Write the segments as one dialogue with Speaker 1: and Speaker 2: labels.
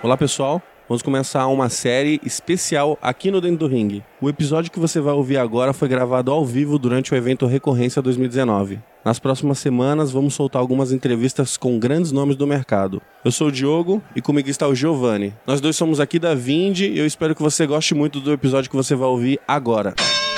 Speaker 1: Olá pessoal, vamos começar uma série especial aqui no Dentro do Ring. O episódio que você vai ouvir agora foi gravado ao vivo durante o evento Recorrência 2019. Nas próximas semanas vamos soltar algumas entrevistas com grandes nomes do mercado. Eu sou o Diogo e comigo está o Giovanni. Nós dois somos aqui da Vind e eu espero que você goste muito do episódio que você vai ouvir agora.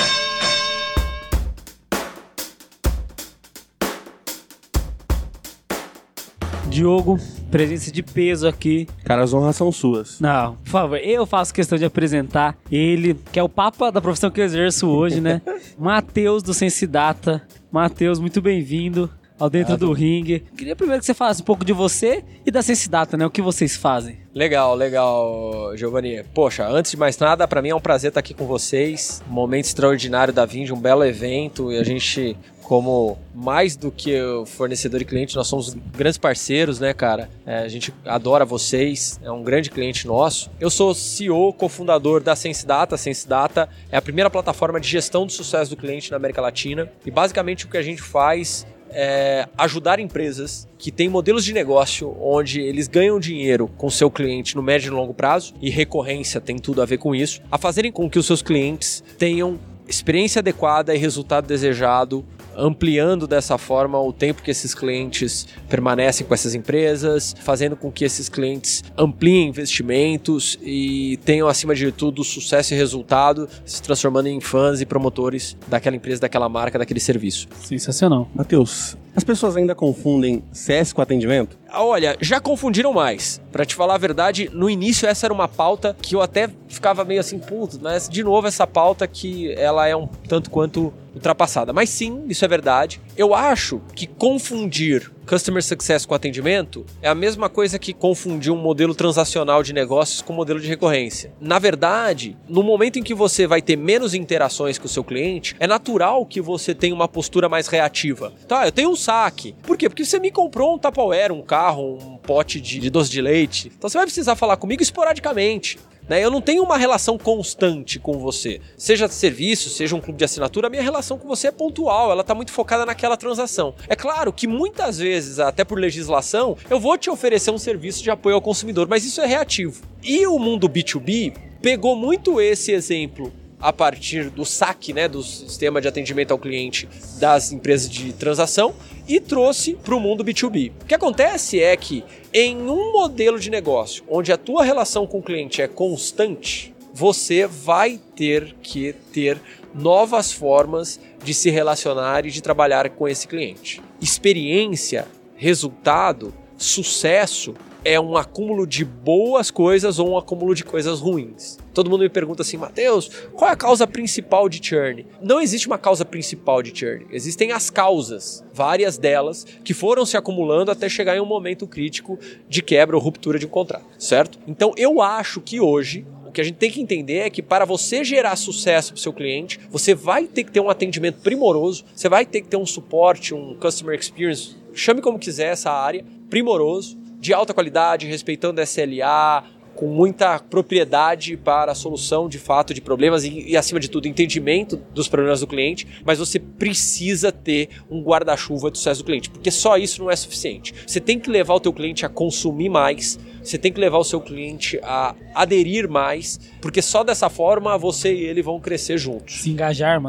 Speaker 2: Diogo, presença de peso aqui.
Speaker 1: Cara, as honras são suas.
Speaker 2: Não, por favor, eu faço questão de apresentar ele, que é o papa da profissão que eu exerço hoje, né? Matheus do Sensidata. Matheus, muito bem-vindo ao Dentro do Ring. Queria primeiro que você falasse um pouco de você e da Sensidata, né? O que vocês fazem?
Speaker 3: Legal, Giovanni. Poxa, antes de mais nada, pra mim é um prazer estar aqui com vocês. Um momento extraordinário da Vind, um belo evento. E a gente, como mais do que o fornecedor e cliente, nós somos grandes parceiros, né, cara? A gente adora vocês, é um grande cliente nosso. Eu sou CEO, cofundador da Sensidata. A Sensidata é a primeira plataforma de gestão do sucesso do cliente na América Latina. E basicamente o que a gente faz é ajudar empresas que têm modelos de negócio onde eles ganham dinheiro com seu cliente no médio e longo prazo, e recorrência tem tudo a ver com isso, a fazerem com que os seus clientes tenham experiência adequada e resultado desejado, ampliando dessa forma o tempo que esses clientes permanecem com essas empresas, fazendo com que esses clientes ampliem investimentos e tenham, acima de tudo, sucesso e resultado, se transformando em fãs e promotores daquela empresa, daquela marca, daquele serviço.
Speaker 2: Sensacional.
Speaker 1: Matheus, as pessoas ainda confundem CS com atendimento?
Speaker 3: Olha, já confundiram mais. Pra te falar a verdade, no início essa era uma pauta que eu até ficava meio assim, putz, mas de novo essa pauta que ela é um tanto quanto ultrapassada. Mas sim, isso é verdade. Eu acho que confundir Customer Success com atendimento é a mesma coisa que confundir um modelo transacional de negócios com um modelo de recorrência. Na verdade, no momento em que você vai ter menos interações com o seu cliente, é natural que você tenha uma postura mais reativa. Tá, eu tenho um saque. Por quê? Porque você me comprou um Tupperware, um carro, um pote de doce de leite. Então você vai precisar falar comigo esporadicamente. Eu não tenho uma relação constante com você. Seja serviço, seja um clube de assinatura, a minha relação com você é pontual, ela está muito focada naquela transação. É claro que muitas vezes, até por legislação, eu vou te oferecer um serviço de apoio ao consumidor, mas isso é reativo. E o mundo B2B pegou muito esse exemplo a partir do SAC, do sistema de atendimento ao cliente das empresas de transação, e trouxe para o mundo B2B. O que acontece é que em um modelo de negócio onde a tua relação com o cliente é constante, você vai ter que ter novas formas de se relacionar e de trabalhar com esse cliente. Experiência, resultado, sucesso é um acúmulo de boas coisas ou um acúmulo de coisas ruins. Todo mundo me pergunta assim, Matheus, qual é a causa principal de churn? Não existe uma causa principal de churn. Existem as causas, várias delas, que foram se acumulando até chegar em um momento crítico de quebra ou ruptura de um contrato, certo? Então eu acho que hoje o que a gente tem que entender é que para você gerar sucesso para o seu cliente, você vai ter que ter um atendimento primoroso, você vai ter que ter um suporte, um customer experience, chame como quiser essa área, primoroso, de alta qualidade, respeitando SLA, com muita propriedade para a solução de fato de problemas e acima de tudo, entendimento dos problemas do cliente, mas você precisa ter um guarda-chuva do sucesso do cliente, porque só isso não é suficiente. Você tem que levar o teu cliente a consumir mais, você tem que levar o seu cliente a aderir mais, porque só dessa forma você e ele vão crescer juntos.
Speaker 2: Se engajar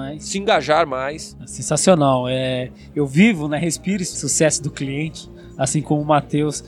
Speaker 2: mais. Sensacional. Eu vivo, respiro esse sucesso do cliente, assim como o Matheus.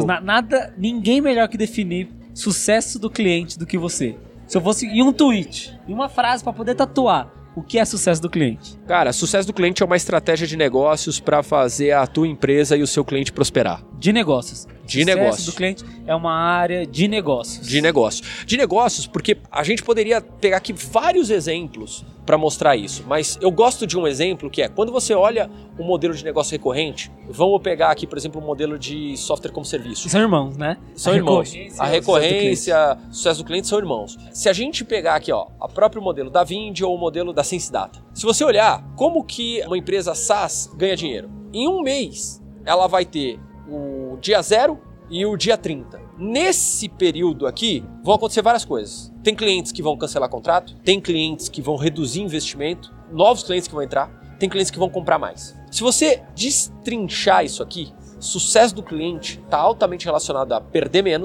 Speaker 2: Ninguém melhor que definir sucesso do cliente do que você. Se eu fosse em um tweet, em uma frase para poder tatuar, o que é sucesso do cliente?
Speaker 3: Cara, sucesso do cliente é uma estratégia de negócios para fazer a tua empresa e o seu cliente prosperar.
Speaker 2: De negócios.
Speaker 3: Sucesso
Speaker 2: do cliente é uma área de negócios.
Speaker 3: De negócios, porque a gente poderia pegar aqui vários exemplos para mostrar isso, mas eu gosto de um exemplo que é quando você olha um modelo de negócio recorrente, vamos pegar aqui, por exemplo, um modelo de software como serviço.
Speaker 2: São irmãos, né?
Speaker 3: São irmãos. A recorrência, o sucesso do cliente são irmãos. Se a gente pegar aqui, a próprio modelo da Vind ou o modelo da Sensidata, se você olhar como que uma empresa SaaS ganha dinheiro, em um mês ela vai ter o dia 0 e o dia 30. Nesse período aqui, vão acontecer várias coisas. Tem clientes que vão cancelar contrato, tem clientes que vão reduzir investimento, novos clientes que vão entrar, tem clientes que vão comprar mais. Se você destrinchar isso aqui, sucesso do cliente está altamente relacionado a perder menos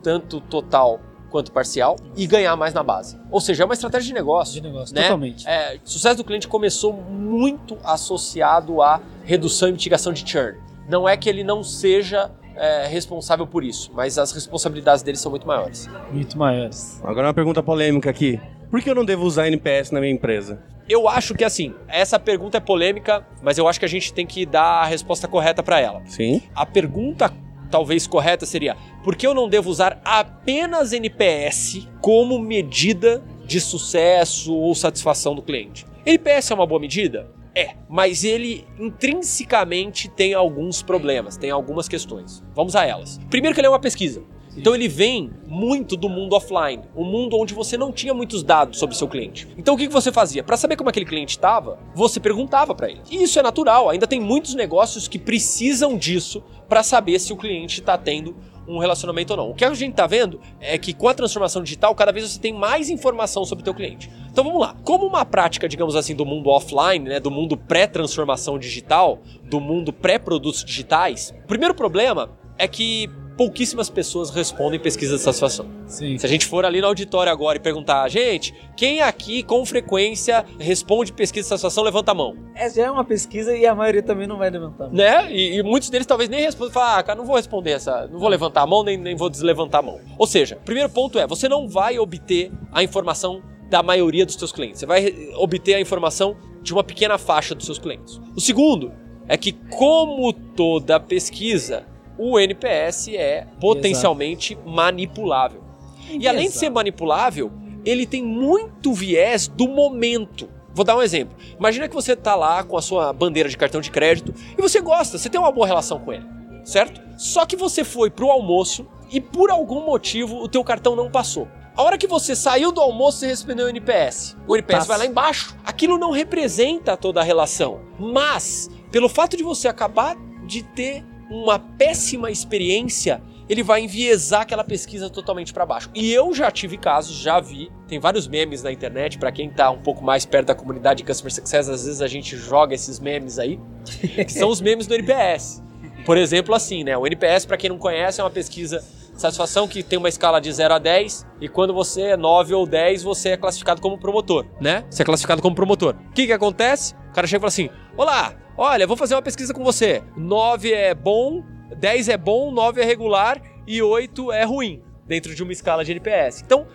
Speaker 3: tanto total quanto parcial, e ganhar mais na base. Ou seja, é uma estratégia de negócio. Né?
Speaker 2: Totalmente.
Speaker 3: O sucesso do cliente começou muito associado à redução e mitigação de churn. Não é que ele não seja responsável por isso, mas as responsabilidades dele são muito maiores.
Speaker 2: Muito maiores.
Speaker 1: Agora uma pergunta polêmica aqui. Por que eu não devo usar NPS na minha empresa?
Speaker 3: Eu acho que assim, essa pergunta é polêmica, mas eu acho que a gente tem que dar a resposta correta para ela.
Speaker 1: Sim.
Speaker 3: A pergunta talvez correta seria: por que eu não devo usar apenas NPS como medida de sucesso ou satisfação do cliente? NPS é uma boa medida? Mas ele intrinsecamente tem alguns problemas, tem algumas questões. Vamos a elas. Primeiro que ele é uma pesquisa. Então ele vem muito do mundo offline, um mundo onde você não tinha muitos dados sobre o seu cliente. Então o que você fazia? Para saber como aquele cliente estava, você perguntava para ele. E isso é natural, ainda tem muitos negócios que precisam disso para saber se o cliente está tendo um relacionamento ou não. O que a gente está vendo é que com a transformação digital, cada vez você tem mais informação sobre o teu cliente. Então vamos lá. Como uma prática, digamos assim, do mundo offline, né, do mundo pré-transformação digital, do mundo pré-produtos digitais, o primeiro problema é que pouquíssimas pessoas respondem pesquisa de satisfação.
Speaker 2: Sim.
Speaker 3: Se a gente for ali no auditório agora e perguntar, gente, quem aqui com frequência responde pesquisa de satisfação, levanta a mão.
Speaker 2: Essa já é uma pesquisa e a maioria também não vai levantar a mão.
Speaker 3: Né? E muitos deles talvez nem respondam, falam, cara, não vou responder essa, não vou levantar a mão, nem vou deslevantar a mão. Ou seja, o primeiro ponto é, você não vai obter a informação da maioria dos seus clientes. Você vai obter a informação de uma pequena faixa dos seus clientes. O segundo é que, como toda pesquisa, o NPS é potencialmente manipulável. E além de ser manipulável, ele tem muito viés do momento. Vou dar um exemplo. Imagina que você está lá com a sua bandeira de cartão de crédito e você gosta, você tem uma boa relação com ele, certo? Só que você foi pro almoço e por algum motivo o teu cartão não passou. A hora que você saiu do almoço, você recebeu o NPS. O NPS vai lá embaixo. Aquilo não representa toda a relação. Mas, pelo fato de você acabar de ter uma péssima experiência, ele vai enviesar aquela pesquisa totalmente para baixo. E eu já tive casos, já vi, tem vários memes na internet, para quem tá um pouco mais perto da comunidade de Customer Success, às vezes a gente joga esses memes aí, que são os memes do NPS. Por exemplo, assim, né? O NPS, para quem não conhece, é uma pesquisa de satisfação que tem uma escala de 0 a 10, e quando você é 9 ou 10, você é classificado como promotor, né? Você é classificado como promotor. O que acontece? O cara chega e fala assim, olá, olha, vou fazer uma pesquisa com você. 9 é bom, 10 é bom, 9 é regular e 8 é ruim, dentro de uma escala de NPS. Então,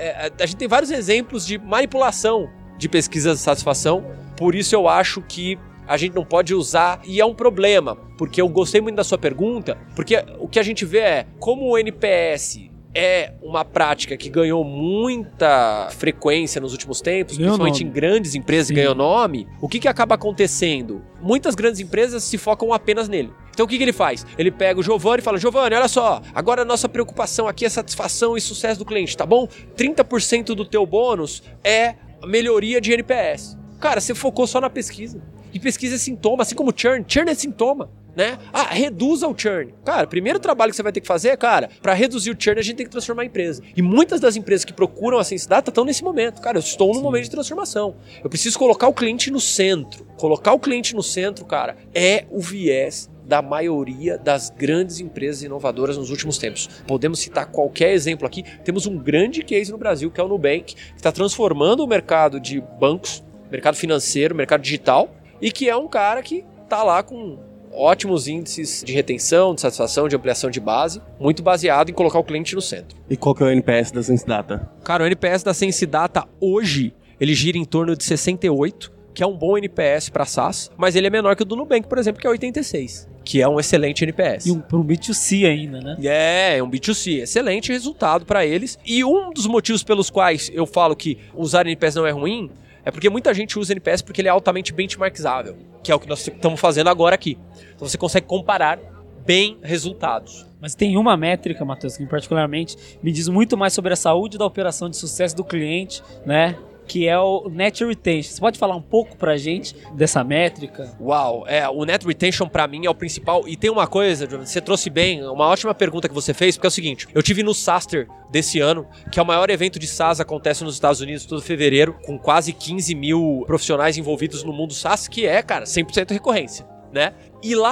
Speaker 3: a gente tem vários exemplos de manipulação de pesquisas de satisfação, por isso eu acho que a gente não pode usar, e é um problema, porque eu gostei muito da sua pergunta, porque o que a gente vê é, como o NPS é uma prática que ganhou muita frequência nos últimos tempos, principalmente em grandes empresas que ganhou nome, o que acaba acontecendo? Muitas grandes empresas se focam apenas nele. Então o que ele faz? Ele pega o Giovanni e fala, Giovanni, olha só, agora a nossa preocupação aqui é satisfação e sucesso do cliente, tá bom? 30% do teu bônus é melhoria de NPS. Cara, você focou só na pesquisa. E pesquisa é sintoma, assim como churn é sintoma, né? Reduza o churn. Cara, o primeiro trabalho que você vai ter que fazer, cara, para reduzir o churn, a gente tem que transformar a empresa. E muitas das empresas que procuram a Sense Data estão nesse momento. Cara, eu estou num momento de transformação. Eu preciso colocar o cliente no centro. Colocar o cliente no centro, cara, é o viés da maioria das grandes empresas inovadoras nos últimos tempos. Podemos citar qualquer exemplo aqui. Temos um grande case no Brasil, que é o Nubank, que está transformando o mercado de bancos, mercado financeiro, mercado digital, e que é um cara que está lá com ótimos índices de retenção, de satisfação, de ampliação de base, muito baseado em colocar o cliente no centro.
Speaker 1: E qual que é o NPS da Sense Data?
Speaker 3: Cara, o NPS da Sense Data hoje, ele gira em torno de 68, que é um bom NPS para SaaS, mas ele é menor que o do Nubank, por exemplo, que é 86, que é um excelente NPS.
Speaker 2: E para um B2C ainda, né?
Speaker 3: É um B2C, excelente resultado para eles. E um dos motivos pelos quais eu falo que usar NPS não é ruim, é porque muita gente usa NPS porque ele é altamente benchmarkizável, que é o que nós estamos fazendo agora aqui. Então você consegue comparar bem resultados.
Speaker 2: Mas tem uma métrica, Matheus, que particularmente me diz muito mais sobre a saúde da operação de sucesso do cliente, né? Que é o Net Retention. Você pode falar um pouco pra gente dessa métrica?
Speaker 3: Uau, o Net Retention pra mim é o principal. E tem uma coisa, você trouxe bem, uma ótima pergunta que você fez, porque é o seguinte, eu tive no SaaStr desse ano, que é o maior evento de SaaS, acontece nos Estados Unidos todo fevereiro, com quase 15 mil profissionais envolvidos no mundo SaaS, que é, cara, 100% recorrência, né? E lá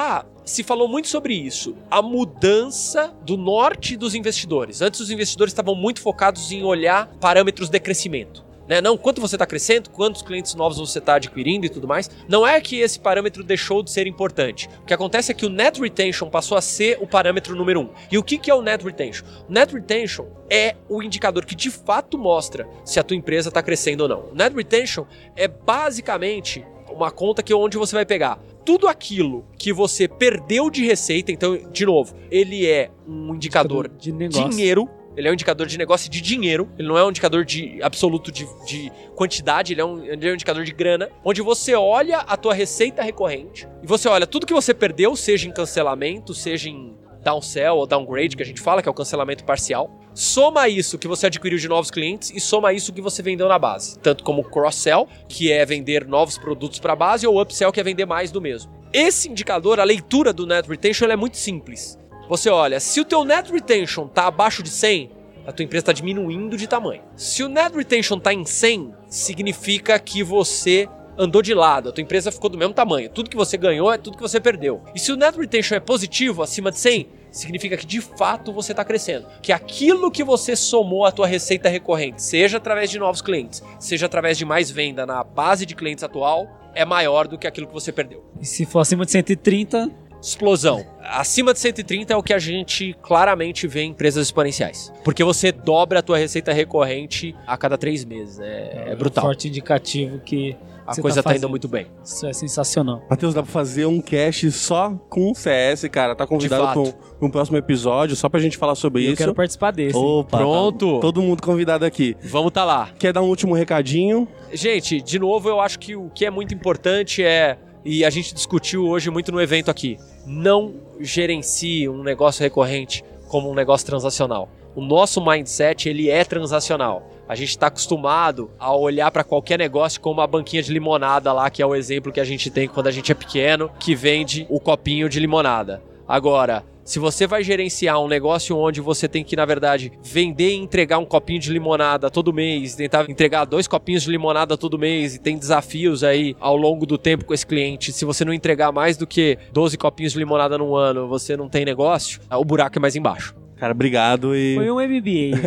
Speaker 3: se falou muito sobre isso. A mudança do norte dos investidores. Antes os investidores estavam muito focados em olhar parâmetros de crescimento. Né? Não quanto você está crescendo, quantos clientes novos você está adquirindo e tudo mais. Não é que esse parâmetro deixou de ser importante. O que acontece é que o Net Retention passou a ser o parâmetro número 1. E o que é o Net Retention? O Net Retention é o indicador que de fato mostra se a tua empresa está crescendo ou não. O Net Retention é basicamente uma conta onde você vai pegar tudo aquilo que você perdeu de receita. Então, de novo, ele é um indicador de dinheiro. Ele é um indicador de negócio e de dinheiro. Ele não é um indicador de absoluto de quantidade. Ele é um indicador de grana. Onde você olha a tua receita recorrente. E você olha tudo que você perdeu, seja em cancelamento, seja em downsell ou downgrade, que a gente fala, que é o cancelamento parcial. Soma isso que você adquiriu de novos clientes e soma isso que você vendeu na base. Tanto como cross-sell, que é vender novos produtos para a base, ou upsell, que é vender mais do mesmo. Esse indicador, a leitura do Net Retention, é muito simples. Você olha, se o teu Net Retention está abaixo de 100, a tua empresa está diminuindo de tamanho. Se o Net Retention está em 100, significa que você andou de lado, a tua empresa ficou do mesmo tamanho. Tudo que você ganhou é tudo que você perdeu. E se o Net Retention é positivo, acima de 100, significa que de fato você está crescendo. Que aquilo que você somou à tua receita recorrente, seja através de novos clientes, seja através de mais venda na base de clientes atual, é maior do que aquilo que você perdeu.
Speaker 2: E se for acima de 130...
Speaker 3: Explosão. Acima de 130 é o que a gente claramente vê em empresas exponenciais. Porque você dobra a tua receita recorrente a cada 3 meses. É brutal.
Speaker 2: Um forte indicativo que
Speaker 3: a coisa tá indo muito bem.
Speaker 2: Isso é sensacional.
Speaker 1: Matheus, dá pra fazer um cast só com CS, cara. Tá convidado pra um próximo episódio, só pra gente falar sobre isso.
Speaker 2: Eu quero participar desse.
Speaker 1: Opa,
Speaker 3: pronto.
Speaker 1: Tá todo mundo convidado aqui.
Speaker 3: Vamos tá lá.
Speaker 1: Quer dar um último recadinho?
Speaker 3: Gente, de novo, eu acho que o que é muito importante e a gente discutiu hoje muito no evento aqui, não gerencie um negócio recorrente como um negócio transacional. O nosso mindset, ele é transacional. A gente está acostumado a olhar para qualquer negócio como a banquinha de limonada lá, que é o exemplo que a gente tem quando a gente é pequeno, que vende o copinho de limonada. Agora, se você vai gerenciar um negócio onde você tem que, na verdade, vender e entregar um copinho de limonada todo mês, tentar entregar 2 copinhos de limonada todo mês e tem desafios aí ao longo do tempo com esse cliente, se você não entregar mais do que 12 copinhos de limonada num ano, você não tem negócio, o buraco é mais embaixo.
Speaker 1: Cara, obrigado e...
Speaker 2: Foi um MBA.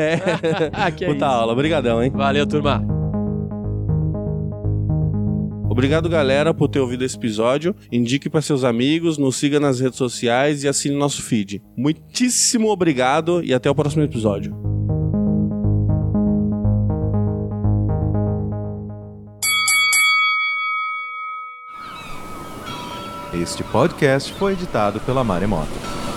Speaker 1: Puta aula, obrigadão, hein?
Speaker 3: Valeu, turma.
Speaker 1: Obrigado, galera, por ter ouvido esse episódio. Indique para seus amigos, nos siga nas redes sociais e assine nosso feed. Muitíssimo obrigado e até o próximo episódio.
Speaker 4: Este podcast foi editado pela Maremoto.